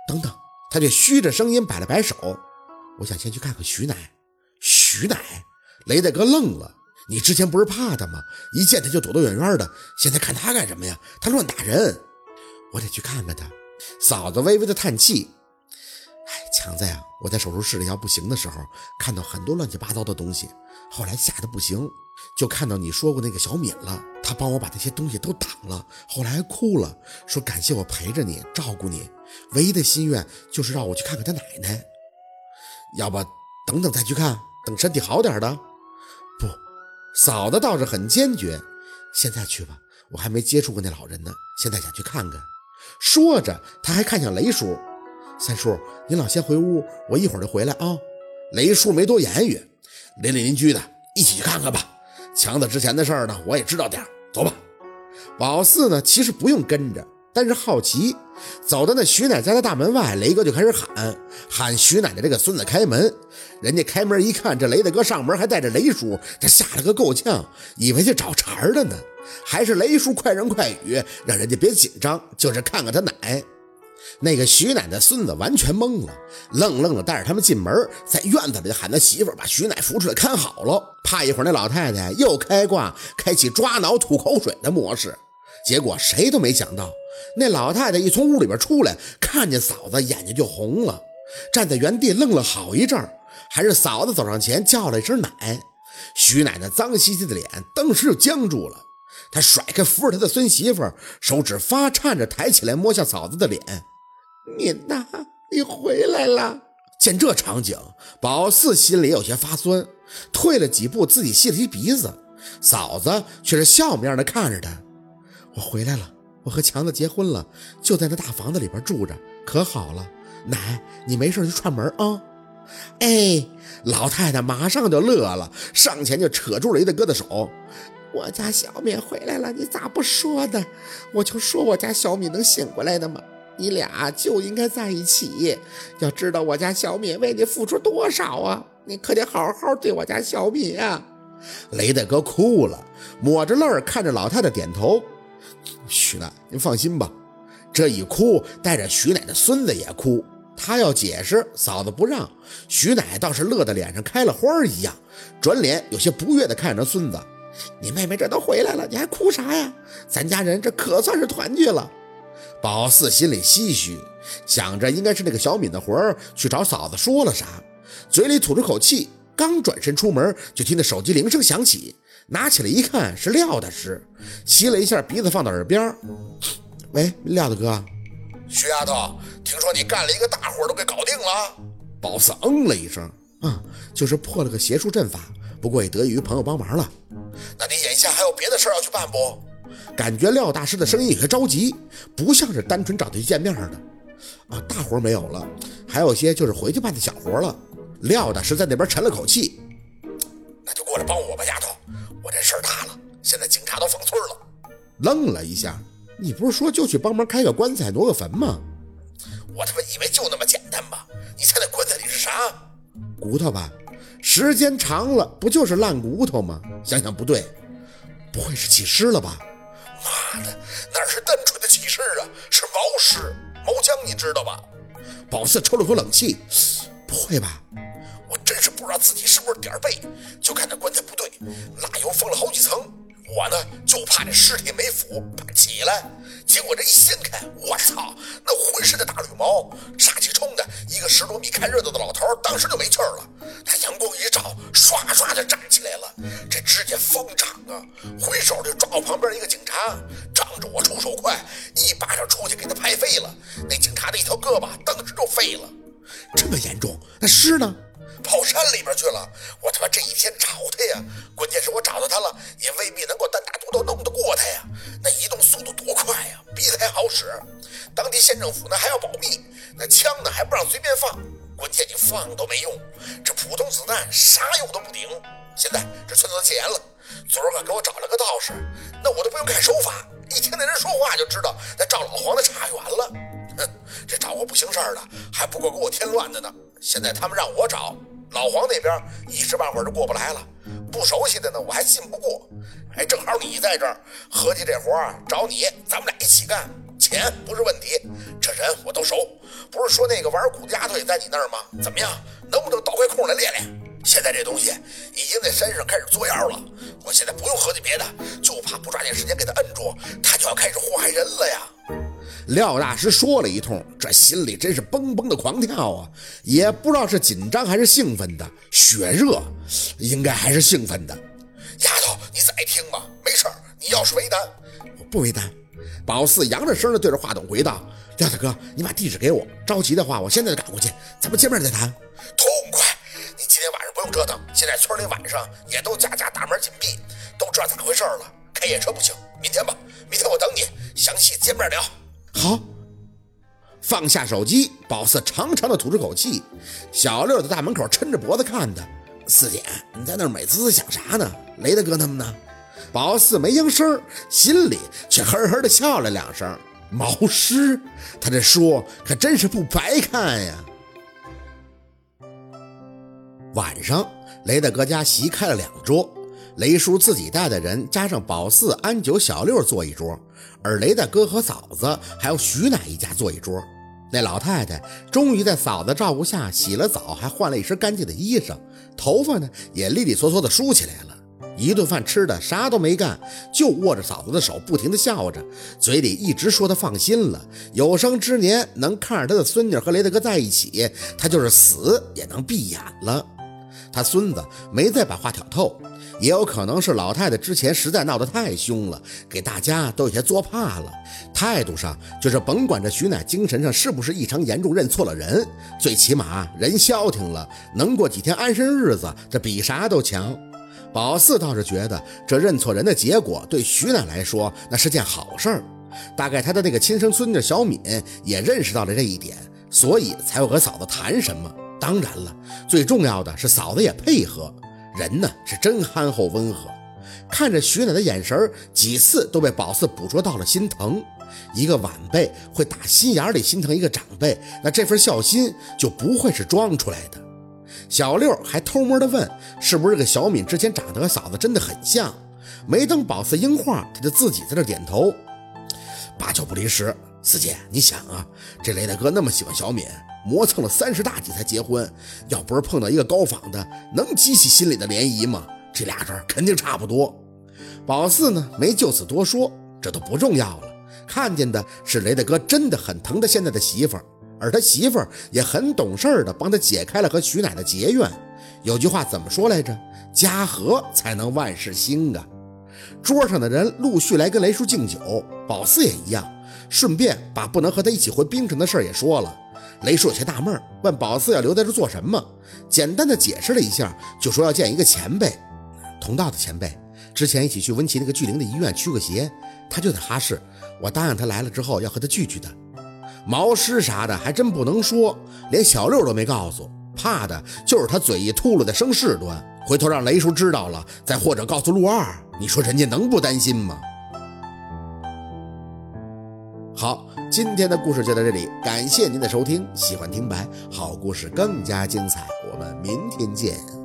等等，他却虚着声音摆了摆手，我想先去看看徐奶。徐奶？雷大哥愣了，你之前不是怕他吗？一见他就躲得远远的，现在看他干什么呀？他乱打人。我得去看看他。嫂子微微的叹气，强子呀，我在手术室里要不行的时候，看到很多乱七八糟的东西，后来吓得不行，就看到你说过那个小敏了，她帮我把那些东西都挡了，后来还哭了，说感谢我陪着你照顾你，唯一的心愿就是让我去看看她奶奶。要不等等再去看，等身体好点的？不，嫂子倒是很坚决，现在去吧，我还没接触过那老人呢，现在想去看看。说着他还看向雷叔，三叔您老先回屋，我一会儿就回来啊。雷叔没多言语，邻里邻居的一起去看看吧，强子之前的事儿呢我也知道点，走吧。宝四呢其实不用跟着，但是好奇，走到那徐奶家的大门外，雷哥就开始喊徐奶奶这个孙子开门。人家开门一看，这雷大哥上门还带着雷叔，他吓了个够呛，以为去找茬的呢，还是雷叔快人快语，让人家别紧张，就是看看他奶。那个徐奶奶孙子完全懵了，愣愣的带着他们进门，在院子里喊他媳妇把徐奶扶出来看好了，怕一会儿那老太太又开挂，开启抓挠吐口水的模式。结果谁都没想到，那老太太一从屋里边出来，看见嫂子眼睛就红了，站在原地愣了好一阵儿，还是嫂子走上前叫了一声奶。徐奶奶脏兮兮的脸当时就僵住了，她甩开扶着她的孙媳妇，手指发颤着抬起来摸向嫂子的脸。敏娜，你回来了。见这场景，宝四心里有些发酸，退了几步，自己吸了吸鼻子。嫂子却是笑面的看着他，我回来了，我和强子结婚了，就在那大房子里边住着，可好了。奶，你没事就串门啊。哎，老太太马上就乐了，上前就扯住了雷大哥的手。我家小敏回来了，你咋不说呢？我就说我家小敏能醒过来的吗？你俩就应该在一起，要知道我家小敏为你付出多少啊，你可得好好对我家小敏啊。雷大哥哭了，抹着泪看着老太太点头。徐奶，您放心吧。这一哭带着徐奶的孙子也哭，他要解释，嫂子不让。徐奶倒是乐得脸上开了花一样，转脸有些不悦地看着孙子，你妹妹这都回来了，你还哭啥呀？咱家人这可算是团聚了。宝四心里唏嘘，想着应该是那个小敏的魂儿去找嫂子说了啥，嘴里吐出口气，刚转身出门，就听那手机铃声响起，拿起来一看是廖大师，吸了一下鼻子放到耳边。喂，廖大哥。 徐丫头，听说你干了一个大活都给搞定了。 宝四了一声，就是破了个邪术阵法，不过也得益于朋友帮忙了。 那你眼下还有别的事要去办不？ 感觉廖大师的声音有些着急，不像是单纯找他去见面的。大活没有了，还有些就是回去办的小活了。廖大师在那边沉了口气， 那就过来帮我吧，丫头，我这事儿大了，现在警察都封村了。 愣了一下，你不是说就去帮忙开个棺材挪个坟吗？ 我他妈以为就那么简单吧？你猜那棺材里是啥？ 骨头吧，时间长了不就是烂骨头吗？想想不对，不会是起尸了吧？ 妈的，哪是单纯的起尸啊，是毛尸，毛浆你知道吧？ 宝四抽了口冷气，不会吧？ 我真是不知道自己是不是点儿背，就看那棺材不对，蜡油封了好几层，我呢就怕这尸体没腐，怕起来，结果这一掀开，我操，那浑身的大绿毛，煞气冲的一个10多米看热闹的老头当时就没气儿了，他阳光一照，唰唰就站起来了，这指甲疯长啊，挥手就抓我旁边一个警察，仗着我出手快，一巴掌出去给他拍飞了，那警察的一条胳膊当时就废了。 这么严重？那尸呢？ 跑山里边去了，我他妈这一天找他呀，关键是我找到他了，也未必能够单打独斗弄得过他呀，那移动速度多快呀，比他还好使。当地县政府呢还要保密，那枪呢还不让随便放，关键你放都没用，这普通子弹啥用都不顶。现在这村子戒严了，昨儿个给我找了个道士，那我都不用看手法，一听那人说话就知道那赵老黄的差远了。这找我不行事儿的还不够给我添乱的呢，现在他们让我找老黄那边一时半会儿就过不来了，不熟悉的呢我还信不过。正好你在这儿，合计这活找你，咱们俩一起干， 钱不是问题，这人我都熟。不是说那个玩鼓的丫头也在你那儿吗？怎么样，能不能倒开空来练练？现在这东西已经在山上开始作妖了，我现在不用合计别的，就怕不抓紧时间给他摁住，他就要开始祸害人了呀。 廖大师说了一通，这心里真是蹦蹦的狂跳啊，也不知道是紧张还是兴奋的，血热，应该还是兴奋的。 丫头，你再听吧，没事儿，你要是为难， 我不为难。宝四扬着声的对着话筒回道：廖大哥，你把地址给我，着急的话我现在就赶过去，咱们见面再谈。 痛快！你今天晚上不用折腾，现在村里晚上也都家大门紧闭，都知道咋回事了。开夜车不行，明天吧，明天我等你，详细见面聊。 好。放下手机，宝四长长的吐出口气。小六在大门口抻着脖子看他：四姐，你在那儿美滋滋想啥呢？雷大哥他们呢？宝四没应声，心里却呵呵的笑了两声。毛师，他这书可真是不白看呀。晚上，雷大哥家席开了2桌，雷叔自己带的人加上宝四、安九、小六坐一桌，而雷大哥和嫂子还有徐奶一家坐一桌。那老太太终于在嫂子照顾下洗了澡，还换了一身干净的衣裳，头发呢也利利索索的梳起来了。一顿饭吃的啥都没干，就握着嫂子的手不停的笑着，嘴里一直说她放心了，有生之年能看着她的孙女和雷大哥在一起，她就是死也能闭眼了。他孙子没再把话挑透，也有可能是老太太之前实在闹得太凶了，给大家都有些作怕了，态度上就是甭管这徐乃精神上是不是异常严重，认错了人，最起码人消停了，能过几天安生日子，这比啥都强。宝四倒是觉得这认错人的结果对徐乃来说那是件好事儿，大概他的那个亲生孙女小敏也认识到了这一点，所以才会和嫂子谈什么。当然了，最重要的是嫂子也配合，人呢是真憨厚温和。看着徐乃的眼神几次都被宝四捕捉到了心疼。一个晚辈会打心眼里心疼一个长辈，那这份孝心就不会是装出来的。小六还偷摸的问，是不是这个小敏之前长得和嫂子真的很像？没等宝四应话，他就自己在这点头。八九不离十，四姐，你想啊，这雷大哥那么喜欢小敏，磨蹭了30大几才结婚，要不是碰到一个高仿的，能激起心里的涟漪吗？这俩人肯定差不多。宝四呢没就此多说，这都不重要了，看见的是雷大哥真的很疼他现在的媳妇儿，而他媳妇儿也很懂事的帮他解开了和徐乃的结怨。有句话怎么说来着？家和才能万事兴啊。桌上的人陆续来跟雷叔敬酒，宝四也一样，顺便把不能和他一起回冰城的事也说了。雷叔有些纳闷，问宝四要留在这做什么，简单的解释了一下，就说要见一个前辈，同道的前辈，之前一起去温琪那个巨灵的医院驱个邪，他就在哈市，我答应他来了之后要和他聚聚的。毛师啥的还真不能说，连小六都没告诉，怕的就是他嘴一秃噜的生事端，回头让雷叔知道了，再或者告诉陆二，你说人家能不担心吗？好，今天的故事就到这里，感谢您的收听，喜欢听白，好故事更加精彩，我们明天见。